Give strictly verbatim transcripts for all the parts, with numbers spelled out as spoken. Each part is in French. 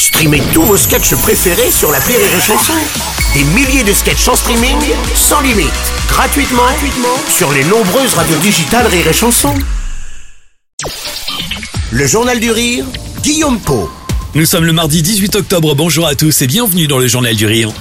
Streamez tous vos sketchs préférés sur l'appli Rire et Chanson. Des milliers de sketchs en streaming, sans limite, gratuitement, gratuitement sur les nombreuses radios digitales Rire et Chanson. Le Journal du Rire, Guillaume Pau. Nous sommes le mardi dix-huit octobre, bonjour à tous et bienvenue dans le Journal du Rire.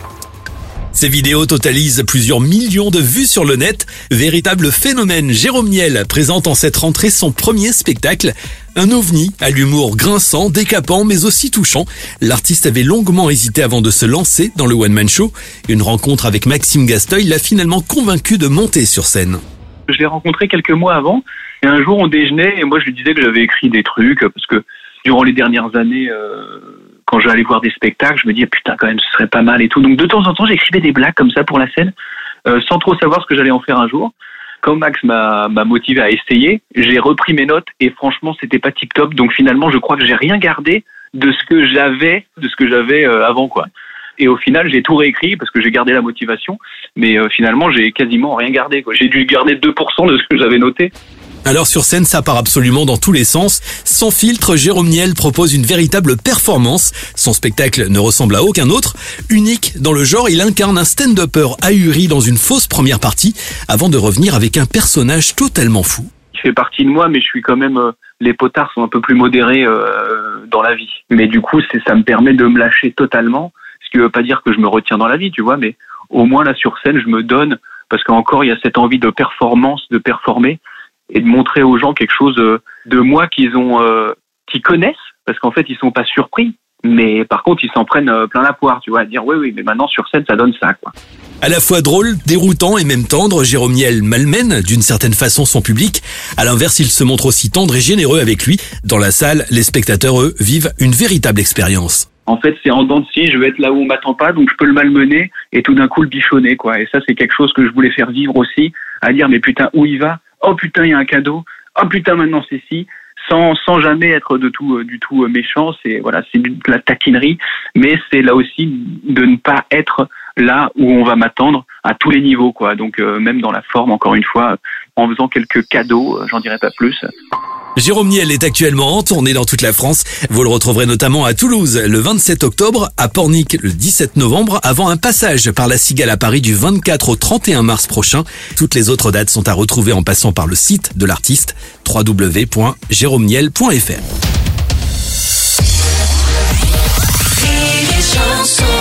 Ces vidéos totalisent plusieurs millions de vues sur le net. Véritable phénomène, Jérôme Niel présente en cette rentrée son premier spectacle. Un ovni à l'humour grinçant, décapant mais aussi touchant. L'artiste avait longuement hésité avant de se lancer dans le one-man show. Une rencontre avec Maxime Gasteuil l'a finalement convaincu de monter sur scène. Je l'ai rencontré quelques mois avant et un jour on déjeunait et moi je lui disais que j'avais écrit des trucs parce que durant les dernières années... Euh... Quand j'allais voir des spectacles, je me disais putain quand même ce serait pas mal et tout. Donc de temps en temps j'écrivais des blagues comme ça pour la scène, euh, sans trop savoir ce que j'allais en faire un jour. Quand Max m'a, m'a motivé à essayer, j'ai repris mes notes et franchement c'était pas tip top. Donc finalement je crois que j'ai rien gardé de ce que j'avais, de ce que j'avais euh, avant quoi. Et au final j'ai tout réécrit parce que j'ai gardé la motivation, mais euh, finalement j'ai quasiment rien gardé quoi. J'ai dû garder deux pour cent de ce que j'avais noté. Alors sur scène, ça part absolument dans tous les sens. Sans filtre, Jérôme Niel propose une véritable performance. Son spectacle ne ressemble à aucun autre. Unique dans le genre, il incarne un stand-upper ahuri dans une fausse première partie avant de revenir avec un personnage totalement fou. Il fait partie de moi, mais je suis quand même... Euh, les potards sont un peu plus modérés euh, dans la vie. Mais du coup, c'est, ça me permet de me lâcher totalement. Ce qui veut pas dire que je me retiens dans la vie, tu vois, mais au moins là sur scène, je me donne, parce qu'encore il y a cette envie de performance, de performer, et de montrer aux gens quelque chose de moi qu'ils ont, euh, qu'ils connaissent, parce qu'en fait ils sont pas surpris, mais par contre ils s'en prennent plein la poire, tu vois, à dire oui oui, mais maintenant sur scène ça donne ça quoi. À la fois drôle, déroutant et même tendre, Jérôme Niel malmène d'une certaine façon son public. À l'inverse, il se montre aussi tendre et généreux avec lui. Dans la salle, les spectateurs eux vivent une véritable expérience. En fait, c'est en dents de scie, je vais être là où on m'attend pas, donc je peux le malmener et tout d'un coup le bichonner quoi. Et ça c'est quelque chose que je voulais faire vivre aussi, à dire mais putain où il va. Oh putain, il y a un cadeau. Oh putain, maintenant c'est ci. Sans, sans jamais être de tout, euh, du tout euh, méchant. C'est, voilà, c'est de la taquinerie. Mais c'est là aussi de ne pas être là où on va m'attendre à tous les niveaux, quoi. Donc, euh, même dans la forme, encore une fois, en faisant quelques cadeaux, euh, j'en dirai pas plus. Jérôme Niel est actuellement en tournée dans toute la France. Vous le retrouverez notamment à Toulouse le vingt-sept octobre, à Pornic le dix-sept novembre, avant un passage par la Cigale à Paris du vingt-quatre au trente et un mars prochain. Toutes les autres dates sont à retrouver en passant par le site de l'artiste w w w point jérôme niel point f r.